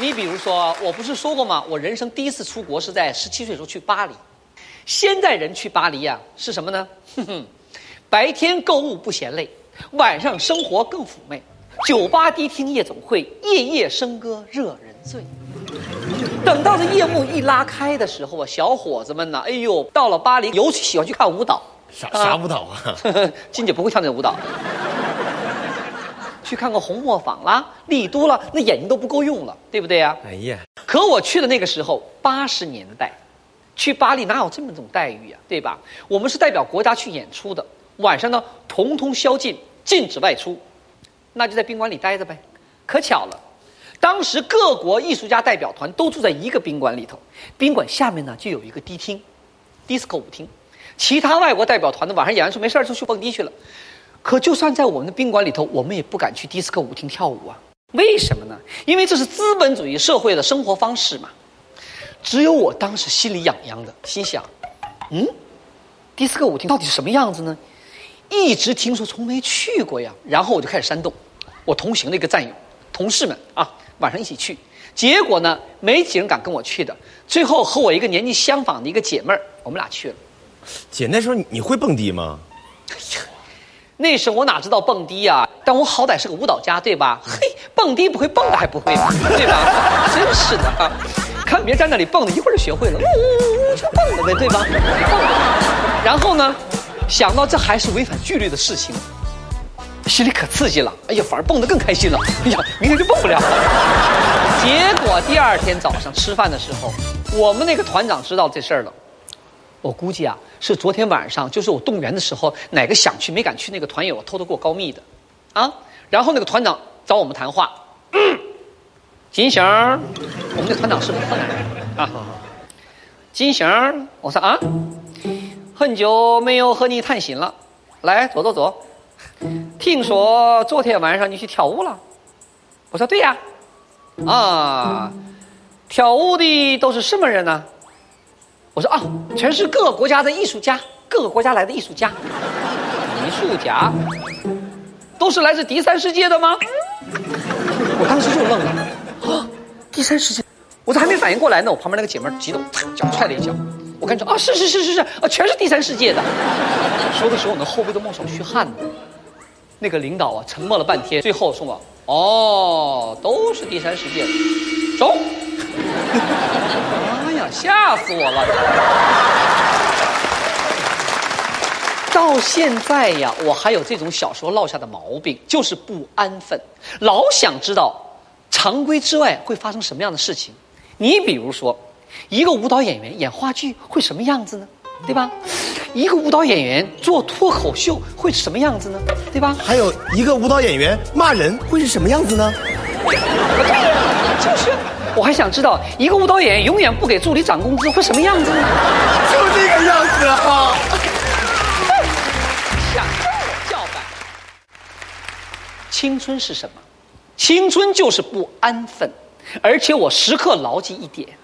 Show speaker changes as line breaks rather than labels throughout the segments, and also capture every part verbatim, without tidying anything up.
你比如说，我不是说过吗？我人生第一次出国是在十七岁的时候去巴黎。现在人去巴黎呀、啊，是什么呢？哼哼，白天购物不嫌累，晚上生活更妩媚，酒吧迪厅夜总会，夜夜笙歌热人醉。等到这夜幕一拉开的时候啊，小伙子们呢，哎呦，到了巴黎，尤其喜欢去看舞蹈。
啥啥舞蹈啊？
金姐不会跳那舞蹈。去看个红磨坊啦、丽都啦，那眼睛都不够用了，对不对呀？
哎呀，
可我去的那个时候，八十年代，去巴黎哪有这么种待遇呀，对吧？我们是代表国家去演出的，晚上呢统统宵禁，禁止外出，那就在宾馆里待着呗。可巧了，当时各国艺术家代表团都住在一个宾馆里头，宾馆下面呢就有一个迪厅 ，disco 舞厅，其他外国代表团的晚上演完出没事就去蹦迪去了。可就算在我们的宾馆里头，我们也不敢去迪斯科舞厅跳舞啊。为什么呢？因为这是资本主义社会的生活方式嘛。只有我当时心里痒痒的，心想，嗯，迪斯科舞厅到底是什么样子呢？一直听说，从没去过呀。然后我就开始煽动我同行的一个战友、同事们啊，晚上一起去。结果呢，没几人敢跟我去的。最后和我一个年纪相仿的一个姐妹儿，我们俩去了。
姐，那时候你会蹦迪吗？
那时候我哪知道蹦迪呀、啊？但我好歹是个舞蹈家，对吧？嘿，蹦迪不会，蹦的还不会，对吧？真是的啊！看别人在那里蹦的，一会儿就学会了，呜呜呜，就蹦了呗，对吧？然后呢，想到这还是违反纪律的事情，心里可刺激了。哎呀，反而蹦得更开心了。哎呀，明天就蹦不了了。结果第二天早上吃饭的时候，我们那个团长知道这事儿了。我估计啊，是昨天晚上，就是我动员的时候，哪个想去没敢去那个团友偷偷给我告密的，啊！然后那个团长找我们谈话，嗯、金星，我们那团长是不是啊？金星，我说啊，很久没有和你谈心了，来坐坐坐。听说昨天晚上你去跳舞了，我说对呀，啊，跳舞的都是什么人呢？我说啊，全是各个国家的艺术家，各个国家来的艺术家。艺术家都是来自第三世界的吗？我当时就愣了，啊，第三世界，我这还没反应过来呢，我旁边那个姐妹激动，脚踹了一脚。我跟你说啊，是是是是是，啊，全是第三世界的。说的时候，我那后背都冒手虚汗呢。那个领导啊，沉默了半天，最后说我，哦，都是第三世界的，走。妈呀，吓死我了！到现在呀，我还有这种小时候落下的毛病，就是不安分，老想知道常规之外会发生什么样的事情。你比如说，一个舞蹈演员演话剧会什么样子呢？对吧？一个舞蹈演员做脱口秀会是什么样子呢？对吧？
还有一个舞蹈演员骂人会是什么样子呢？
对呀，就是。我还想知道，一个舞蹈演员永远不给助理涨工资会什么样子呢？
就这个样子啊！
想跟我叫板？青春是什么？青春就是不安分，而且我时刻牢记一点：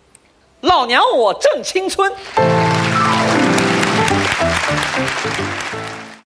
老娘我正青春。